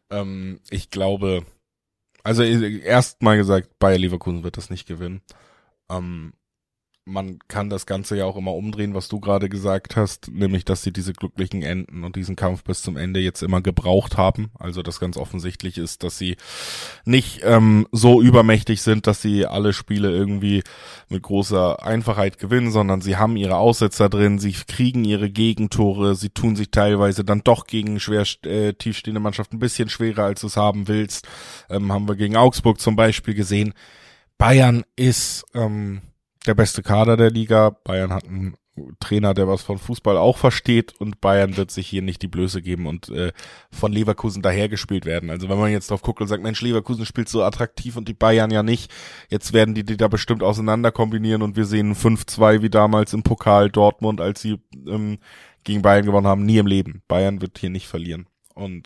Ich glaube, also erst mal gesagt, Bayer Leverkusen wird das nicht gewinnen. man kann das Ganze ja auch immer umdrehen, was du gerade gesagt hast, nämlich, dass sie diese glücklichen Enden und diesen Kampf bis zum Ende jetzt immer gebraucht haben. Also das ganz offensichtlich ist, dass sie nicht so übermächtig sind, dass sie alle Spiele irgendwie mit großer Einfachheit gewinnen, sondern sie haben ihre Aussetzer drin, sie kriegen ihre Gegentore, sie tun sich teilweise dann doch gegen schwer tiefstehende Mannschaften ein bisschen schwerer, als du es haben willst. Haben wir gegen Augsburg zum Beispiel gesehen. Bayern ist der beste Kader der Liga. Bayern hat einen Trainer, der was von Fußball auch versteht, und Bayern wird sich hier nicht die Blöße geben und von Leverkusen dahergespielt werden. Also wenn man jetzt drauf guckt und sagt, Mensch, Leverkusen spielt so attraktiv und die Bayern ja nicht, jetzt werden die da bestimmt auseinander kombinieren und wir sehen 5-2 wie damals im Pokal Dortmund, als sie gegen Bayern gewonnen haben. Nie im Leben. Bayern wird hier nicht verlieren. Und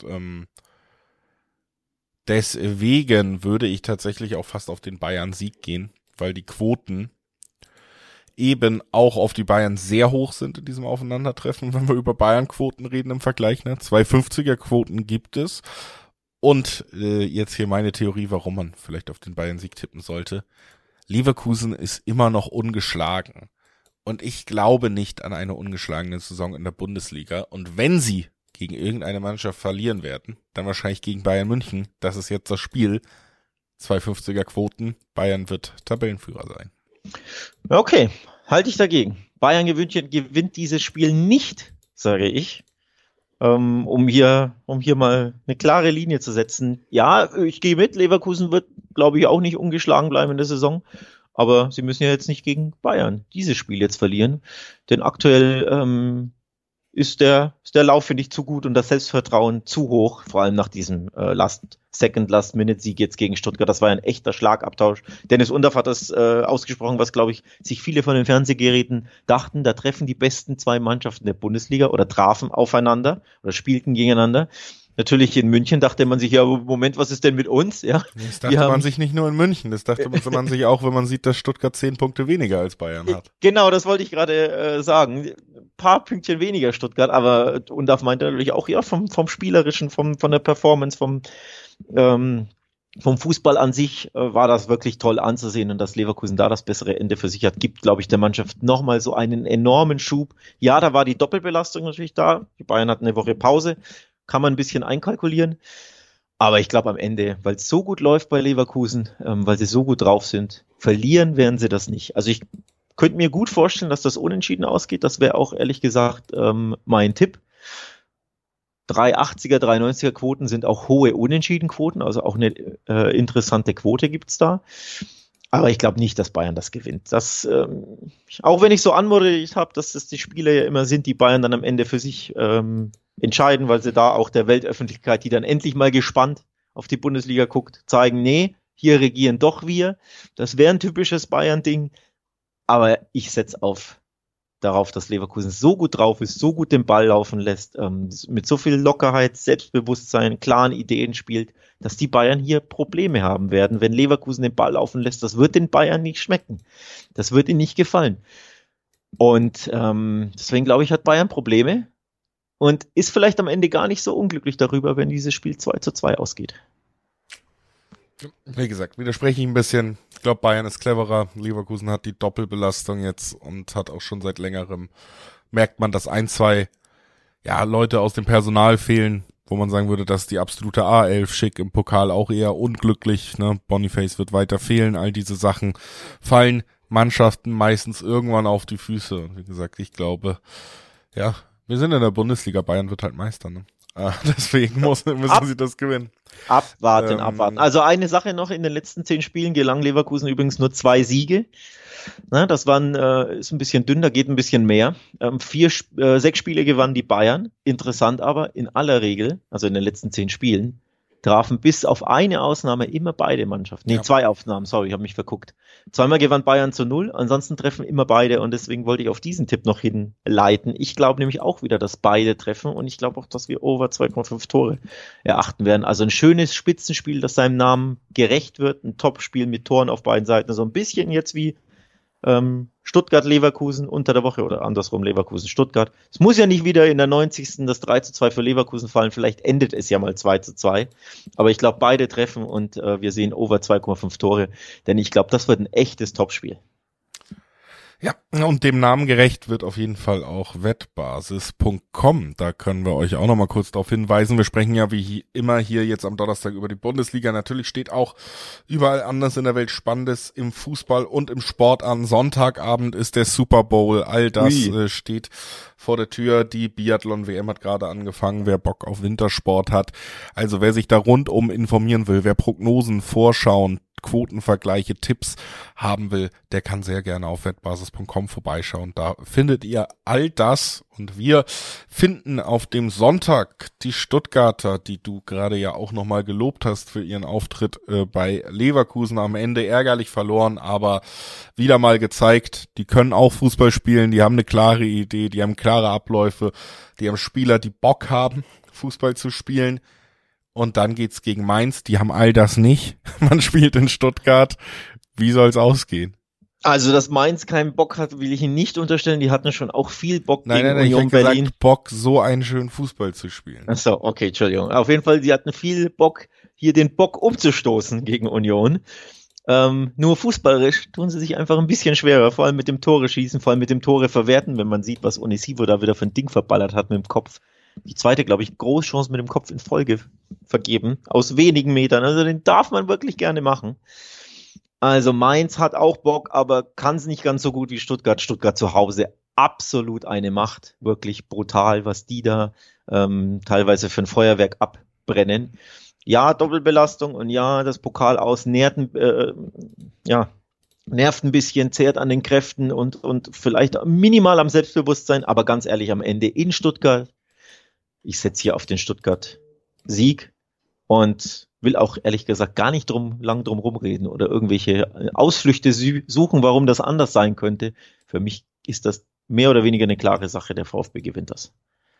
deswegen würde ich tatsächlich auch fast auf den Bayern-Sieg gehen, weil die Quoten eben auch auf die Bayern sehr hoch sind in diesem Aufeinandertreffen, wenn wir über Bayern-Quoten reden im Vergleich. Ne? 250er-Quoten gibt es. Und jetzt hier meine Theorie, warum man vielleicht auf den Bayern-Sieg tippen sollte. Leverkusen ist immer noch ungeschlagen. Und ich glaube nicht an eine ungeschlagene Saison in der Bundesliga. Und wenn sie gegen irgendeine Mannschaft verlieren werden, dann wahrscheinlich gegen Bayern München. Das ist jetzt das Spiel. 250er-Quoten. Bayern wird Tabellenführer sein. Okay, halte ich dagegen. Bayern gewinnt dieses Spiel nicht, sage ich, um hier mal eine klare Linie zu setzen. Ja, ich gehe mit, Leverkusen wird, glaube ich, auch nicht ungeschlagen bleiben in der Saison, aber sie müssen ja jetzt nicht gegen Bayern dieses Spiel jetzt verlieren, denn aktuell ist der Lauf, finde ich, zu gut und das Selbstvertrauen zu hoch, vor allem nach diesem Last-Minute-Sieg jetzt gegen Stuttgart. Das war ein echter Schlagabtausch. Dennis Undaff hat das ausgesprochen, was, glaube ich, sich viele von den Fernsehgeräten dachten. Da treffen die besten zwei Mannschaften der Bundesliga oder trafen aufeinander oder spielten gegeneinander. Natürlich in München dachte man sich, ja, Moment, was ist denn mit uns? Ja, das dachte man sich nicht nur in München, das dachte man sich auch, wenn man sieht, dass Stuttgart 10 Punkte weniger als Bayern hat. Genau, das wollte ich gerade sagen. Ein paar Pünktchen weniger Stuttgart, aber Undaff meinte natürlich auch, ja, vom Spielerischen, von der Performance, vom Fußball an sich war das wirklich toll anzusehen und dass Leverkusen da das bessere Ende für sich hat, gibt, glaube ich, der Mannschaft nochmal so einen enormen Schub. Ja, da war die Doppelbelastung natürlich da. Die Bayern hatten eine Woche Pause. Kann man ein bisschen einkalkulieren. Aber ich glaube am Ende, weil es so gut läuft bei Leverkusen, weil sie so gut drauf sind, verlieren werden sie das nicht. Also ich könnte mir gut vorstellen, dass das unentschieden ausgeht. Das wäre auch ehrlich gesagt mein Tipp. 380er, 390er Quoten sind auch hohe Unentschieden-Quoten, also auch eine interessante Quote gibt's da. Aber ich glaube nicht, dass Bayern das gewinnt. Das, auch wenn ich so anmoderiert habe, dass das die Spiele ja immer sind, die Bayern dann am Ende für sich entscheiden, weil sie da auch der Weltöffentlichkeit, die dann endlich mal gespannt auf die Bundesliga guckt, zeigen, nee, hier regieren doch wir. Das wäre ein typisches Bayern-Ding. Aber ich setze darauf, dass Leverkusen so gut drauf ist, so gut den Ball laufen lässt, mit so viel Lockerheit, Selbstbewusstsein, klaren Ideen spielt, dass die Bayern hier Probleme haben werden, wenn Leverkusen den Ball laufen lässt. Das wird den Bayern nicht schmecken. Das wird ihnen nicht gefallen. Und deswegen glaube ich, hat Bayern Probleme und ist vielleicht am Ende gar nicht so unglücklich darüber, wenn dieses Spiel 2-2 ausgeht. Wie gesagt, widerspreche ich ein bisschen. Ich glaube, Bayern ist cleverer. Leverkusen hat die Doppelbelastung jetzt und hat auch schon seit längerem, merkt man, dass 1-2 Leute aus dem Personal fehlen, wo man sagen würde, dass die absolute A11 Schick im Pokal auch eher unglücklich, ne? Boniface wird weiter fehlen, all diese Sachen fallen Mannschaften meistens irgendwann auf die Füße. Und wie gesagt, ich glaube, ja, wir sind in der Bundesliga, Bayern wird halt Meister, ne? Deswegen müssen sie das gewinnen. Abwarten. Also eine Sache noch, in den letzten 10 Spielen gelang Leverkusen übrigens nur 2 Siege. Na, das ist ein bisschen dünn, da geht ein bisschen mehr. 6 Spiele gewannen die Bayern. Interessant aber, in aller Regel, also in den letzten 10 Spielen, trafen bis auf eine Ausnahme immer beide Mannschaften. Nee, 2 Ausnahmen, sorry, ich habe mich verguckt. Zweimal gewann Bayern zu 0, ansonsten treffen immer beide und deswegen wollte ich auf diesen Tipp noch hinleiten. Ich glaube nämlich auch wieder, dass beide treffen und ich glaube auch, dass wir over 2,5 Tore erachten werden. Also ein schönes Spitzenspiel, das seinem Namen gerecht wird, ein Topspiel mit Toren auf beiden Seiten. So ein bisschen jetzt wie Stuttgart-Leverkusen unter der Woche oder andersrum Leverkusen-Stuttgart. Es muss ja nicht wieder in der 90. das 3-2 für Leverkusen fallen, vielleicht endet es ja mal 2-2, aber ich glaube beide treffen und wir sehen over 2,5 Tore, denn ich glaube, das wird ein echtes Topspiel. Ja, und dem Namen gerecht wird auf jeden Fall auch wettbasis.com. Da können wir euch auch nochmal kurz darauf hinweisen. Wir sprechen ja wie immer hier jetzt am Donnerstag über die Bundesliga. Natürlich steht auch überall anders in der Welt Spannendes im Fußball und im Sport an. Sonntagabend ist der Super Bowl. All das steht vor der Tür. Die Biathlon-WM hat gerade angefangen. Wer Bock auf Wintersport hat. Also wer sich da rundum informieren will, wer Prognosen, Vorschauen, Quotenvergleiche, Tipps haben will, der kann sehr gerne auf wettbasis.com vorbeischauen. Da findet ihr all das und wir finden auf dem Sonntag die Stuttgarter, die du gerade ja auch nochmal gelobt hast für ihren Auftritt bei Leverkusen, am Ende ärgerlich verloren, aber wieder mal gezeigt, die können auch Fußball spielen, die haben eine klare Idee, die haben klare Abläufe, die haben Spieler, die Bock haben, Fußball zu spielen. Und dann geht's gegen Mainz, die haben all das nicht. Man spielt in Stuttgart. Wie soll's ausgehen? Also, dass Mainz keinen Bock hat, will ich Ihnen nicht unterstellen. Die hatten schon auch viel Bock gegen Union Berlin. Ich habe gesagt, Bock, so einen schönen Fußball zu spielen. Ach so, okay, Entschuldigung. Auf jeden Fall, die hatten viel Bock, hier den Bock umzustoßen gegen Union. Nur fußballerisch tun sie sich einfach ein bisschen schwerer, vor allem mit dem Tore schießen, vor allem mit dem Tore verwerten, wenn man sieht, was Onisivo da wieder für ein Ding verballert hat mit dem Kopf. Die zweite, glaube ich, Großchance mit dem Kopf in Folge vergeben, aus wenigen Metern. Also den darf man wirklich gerne machen. Also Mainz hat auch Bock, aber kann es nicht ganz so gut wie Stuttgart. Stuttgart zu Hause absolut eine Macht, wirklich brutal, was die da teilweise für ein Feuerwerk abbrennen. Ja, Doppelbelastung und ja, das Pokal aus nervt ein bisschen, zehrt an den Kräften und vielleicht minimal am Selbstbewusstsein, aber ganz ehrlich, am Ende in Stuttgart, ich setze hier auf den Stuttgart-Sieg und will auch ehrlich gesagt gar nicht lang drum rumreden oder irgendwelche Ausflüchte suchen, warum das anders sein könnte. Für mich ist das mehr oder weniger eine klare Sache, der VfB gewinnt das.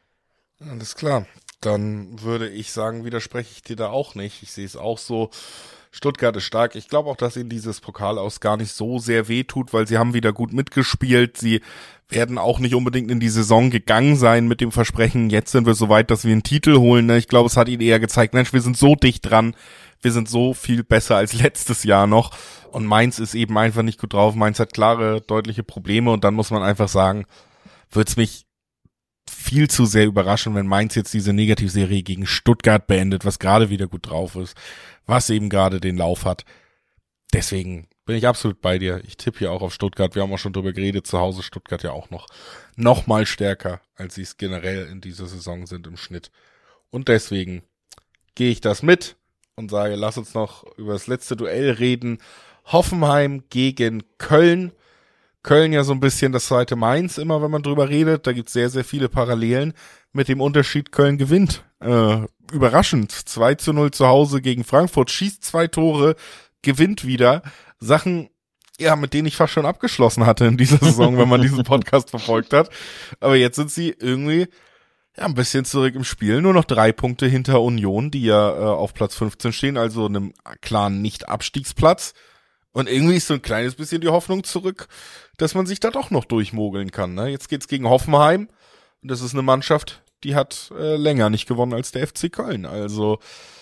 Alles klar. Dann würde ich sagen, widerspreche ich dir da auch nicht. Ich sehe es auch so. Stuttgart ist stark. Ich glaube auch, dass ihnen dieses Pokal aus gar nicht so sehr wehtut, weil sie haben wieder gut mitgespielt. Sie werden auch nicht unbedingt in die Saison gegangen sein mit dem Versprechen, jetzt sind wir so weit, dass wir einen Titel holen. Ich glaube, es hat ihnen eher gezeigt, Mensch, wir sind so dicht dran. Wir sind so viel besser als letztes Jahr noch. Und Mainz ist eben einfach nicht gut drauf. Mainz hat klare, deutliche Probleme. Und dann muss man einfach sagen, wird's mich viel zu sehr überraschen, wenn Mainz jetzt diese Negativserie gegen Stuttgart beendet, was gerade wieder gut drauf ist, was eben gerade den Lauf hat. Deswegen bin ich absolut bei dir. Ich tippe hier auch auf Stuttgart. Wir haben auch schon drüber geredet. Zu Hause Stuttgart ja auch noch mal stärker, als sie es generell in dieser Saison sind im Schnitt. Und deswegen gehe ich das mit und sage, lass uns noch über das letzte Duell reden. Hoffenheim gegen Köln. Köln ja so ein bisschen das zweite Mainz immer, wenn man drüber redet. Da gibt's sehr, sehr viele Parallelen. Mit dem Unterschied, Köln gewinnt. Überraschend. 2-0 zu Hause gegen Frankfurt. Schießt 2 Tore, gewinnt wieder. Sachen, ja, mit denen ich fast schon abgeschlossen hatte in dieser Saison, wenn man diesen Podcast verfolgt hat. Aber jetzt sind sie irgendwie ein bisschen zurück im Spiel. Nur noch 3 Punkte hinter Union, die ja auf Platz 15 stehen, also einem klaren Nicht-Abstiegsplatz. Und irgendwie ist so ein kleines bisschen die Hoffnung zurück, dass man sich da doch noch durchmogeln kann. Ne? Jetzt geht's gegen Hoffenheim. Und das ist eine Mannschaft, die hat länger nicht gewonnen als der FC Köln. Also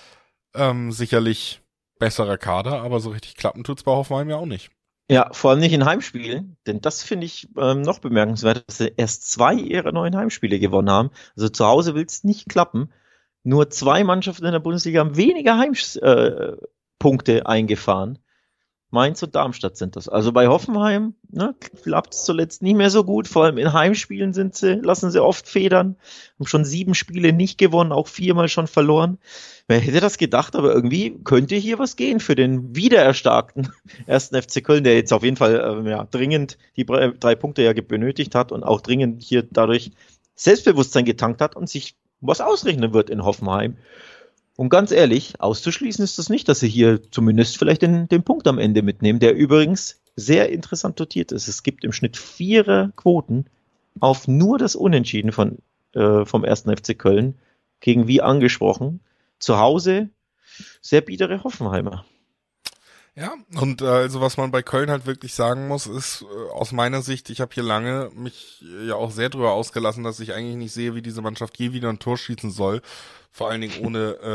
sicherlich besserer Kader, aber so richtig klappen tut's bei Hoffenheim ja auch nicht. Ja, vor allem nicht in Heimspielen, denn das finde ich noch bemerkenswert, dass sie erst 2 ihrer 9 Heimspiele gewonnen haben. Also zu Hause will's nicht klappen. Nur 2 Mannschaften in der Bundesliga haben weniger Heimpunkte eingefahren. Mainz und Darmstadt sind das. Also bei Hoffenheim klappt es zuletzt nicht mehr so gut. Vor allem in Heimspielen lassen sie oft federn. Haben schon 7 Spiele nicht gewonnen, auch 4-mal schon verloren. Wer hätte das gedacht, aber irgendwie könnte hier was gehen für den wiedererstarkten 1. FC Köln, der jetzt auf jeden Fall dringend die 3 Punkte ja benötigt hat und auch dringend hier dadurch Selbstbewusstsein getankt hat und sich was ausrechnen wird in Hoffenheim. Und ganz ehrlich, auszuschließen ist das nicht, dass sie hier zumindest vielleicht den Punkt am Ende mitnehmen, der übrigens sehr interessant dotiert ist. Es gibt im Schnitt 4 Quoten auf nur das Unentschieden vom 1. FC Köln gegen, wie angesprochen, zu Hause sehr biedere Hoffenheimer. Ja, und also was man bei Köln halt wirklich sagen muss, ist aus meiner Sicht, ich habe hier lange mich ja auch sehr drüber ausgelassen, dass ich eigentlich nicht sehe, wie diese Mannschaft je wieder ein Tor schießen soll. Vor allen Dingen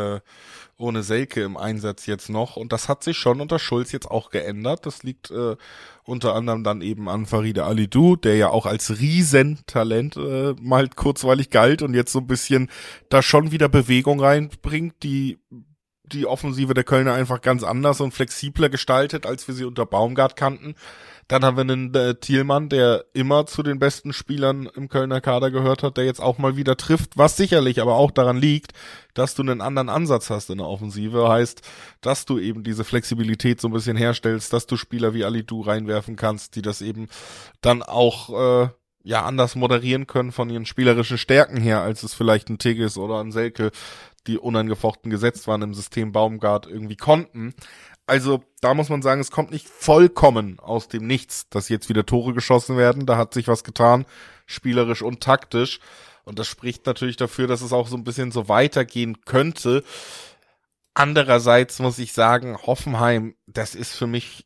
ohne Selke im Einsatz jetzt noch. Und das hat sich schon unter Schulz jetzt auch geändert. Das liegt unter anderem dann eben an Faride Alidou, der ja auch als Riesentalent mal kurzweilig galt und jetzt so ein bisschen da schon wieder Bewegung reinbringt, die Offensive der Kölner einfach ganz anders und flexibler gestaltet, als wir sie unter Baumgart kannten. Dann haben wir einen Thielmann, der immer zu den besten Spielern im Kölner Kader gehört hat, der jetzt auch mal wieder trifft, was sicherlich aber auch daran liegt, dass du einen anderen Ansatz hast in der Offensive. Heißt, dass du eben diese Flexibilität so ein bisschen herstellst, dass du Spieler wie Alidou reinwerfen kannst, die das eben dann auch anders moderieren können von ihren spielerischen Stärken her, als es vielleicht ein Tigges oder ein Selke, die unangefochten gesetzt waren im System Baumgart, irgendwie konnten. Also da muss man sagen, es kommt nicht vollkommen aus dem Nichts, dass jetzt wieder Tore geschossen werden. Da hat sich was getan, spielerisch und taktisch. Und das spricht natürlich dafür, dass es auch so ein bisschen so weitergehen könnte. Andererseits muss ich sagen, Hoffenheim, das ist für mich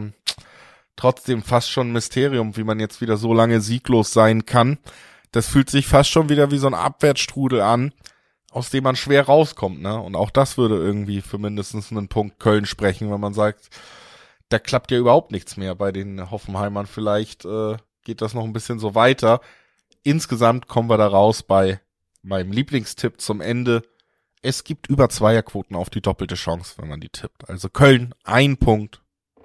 trotzdem fast schon ein Mysterium, wie man jetzt wieder so lange sieglos sein kann. Das fühlt sich fast schon wieder wie so ein Abwärtsstrudel an, aus dem man schwer rauskommt, ne? Und auch das würde irgendwie für mindestens einen Punkt Köln sprechen, wenn man sagt, da klappt ja überhaupt nichts mehr bei den Hoffenheimern. Vielleicht geht das noch ein bisschen so weiter. Insgesamt kommen wir da raus bei meinem Lieblingstipp zum Ende. Es gibt über Zweierquoten auf die doppelte Chance, wenn man die tippt. Also Köln, 1 Punkt.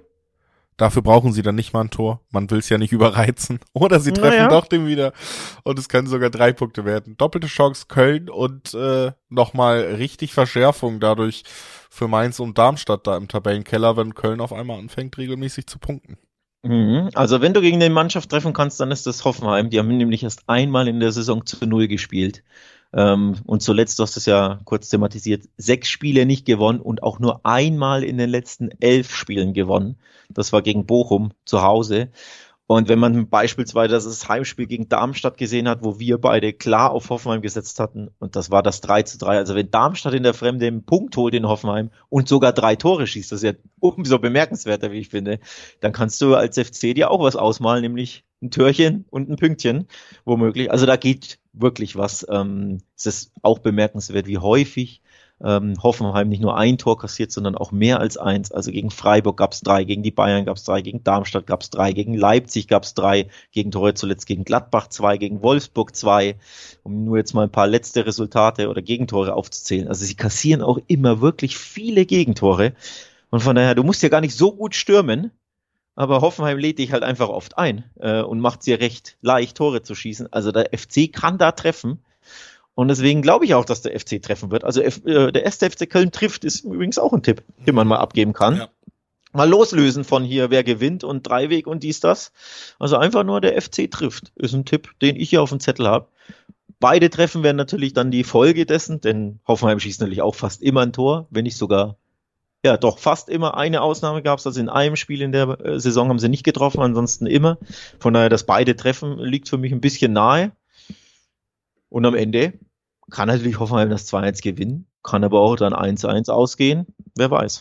Dafür brauchen sie dann nicht mal ein Tor. Man will es ja nicht überreizen. Oder sie treffen doch den wieder. Und es können sogar 3 Punkte werden. Doppelte Chance Köln und nochmal richtig Verschärfung dadurch für Mainz und Darmstadt da im Tabellenkeller, wenn Köln auf einmal anfängt, regelmäßig zu punkten. Also wenn du gegen eine Mannschaft treffen kannst, dann ist das Hoffenheim. Die haben nämlich erst einmal in der Saison zu 0 gespielt. Und zuletzt, du hast es ja kurz thematisiert, 6 Spiele nicht gewonnen und auch nur einmal in den letzten 11 Spielen gewonnen. Das war gegen Bochum zu Hause. Und wenn man beispielsweise das Heimspiel gegen Darmstadt gesehen hat, wo wir beide klar auf Hoffenheim gesetzt hatten, und das war das 3:3. Also wenn Darmstadt in der Fremde einen Punkt holt in Hoffenheim und sogar 3 Tore schießt, das ist ja umso bemerkenswerter, wie ich finde, dann kannst du als FC dir auch was ausmalen, nämlich ein Türchen und ein Pünktchen, womöglich. Also da geht wirklich was. Es ist auch bemerkenswert, wie häufig Hoffenheim nicht nur ein Tor kassiert, sondern auch mehr als 1. Also gegen Freiburg gab es 3, gegen die Bayern gab es 3, gegen Darmstadt gab es 3, gegen Leipzig gab es 3, Gegentore zuletzt gegen Gladbach 2, gegen Wolfsburg 2, um nur jetzt mal ein paar letzte Resultate oder Gegentore aufzuzählen. Also sie kassieren auch immer wirklich viele Gegentore. Und von daher, du musst ja gar nicht so gut stürmen, aber Hoffenheim lädt dich halt einfach oft ein und macht es dir recht leicht, Tore zu schießen. Also der FC kann da treffen. Und deswegen glaube ich auch, dass der FC treffen wird. Also der erste FC Köln trifft, ist übrigens auch ein Tipp, den man mal abgeben kann. Ja. Mal loslösen von hier, wer gewinnt und Dreiweg und dies, das. Also einfach nur der FC trifft, ist ein Tipp, den ich hier auf dem Zettel habe. Beide Treffen wären natürlich dann die Folge dessen, denn Hoffenheim schießt natürlich auch fast immer ein Tor, wenn nicht sogar, ja doch fast immer. Eine Ausnahme gab es, also in einem Spiel in der Saison haben sie nicht getroffen, ansonsten immer. Von daher, das beide Treffen liegt für mich ein bisschen nahe. Und am Ende kann natürlich Hoffenheim das 2-1 gewinnen, kann aber auch dann 1-1 ausgehen. Wer weiß.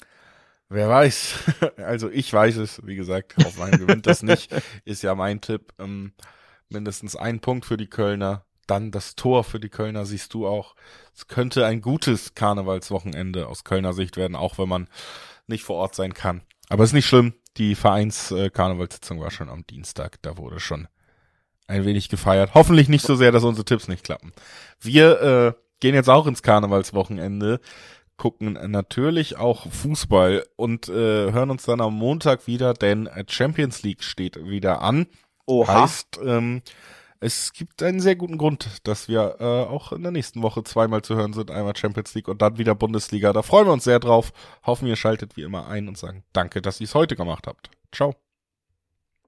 Wer weiß. Also ich weiß es, wie gesagt, Hoffenheim gewinnt das nicht. Ist ja mein Tipp. Mindestens 1 Punkt für die Kölner. Dann das Tor für die Kölner siehst du auch. Es könnte ein gutes Karnevalswochenende aus Kölner Sicht werden, auch wenn man nicht vor Ort sein kann. Aber ist nicht schlimm. Die Vereins-Karnevalssitzung war schon am Dienstag. Da wurde schon ein wenig gefeiert. Hoffentlich nicht so sehr, dass unsere Tipps nicht klappen. Wir gehen jetzt auch ins Karnevalswochenende, gucken natürlich auch Fußball und hören uns dann am Montag wieder, denn Champions League steht wieder an. Oha. Heißt, es gibt einen sehr guten Grund, dass wir auch in der nächsten Woche 2-mal zu hören sind. Einmal Champions League und dann wieder Bundesliga. Da freuen wir uns sehr drauf. Hoffen, ihr schaltet wie immer ein und sagen danke, dass ihr es heute gemacht habt. Ciao.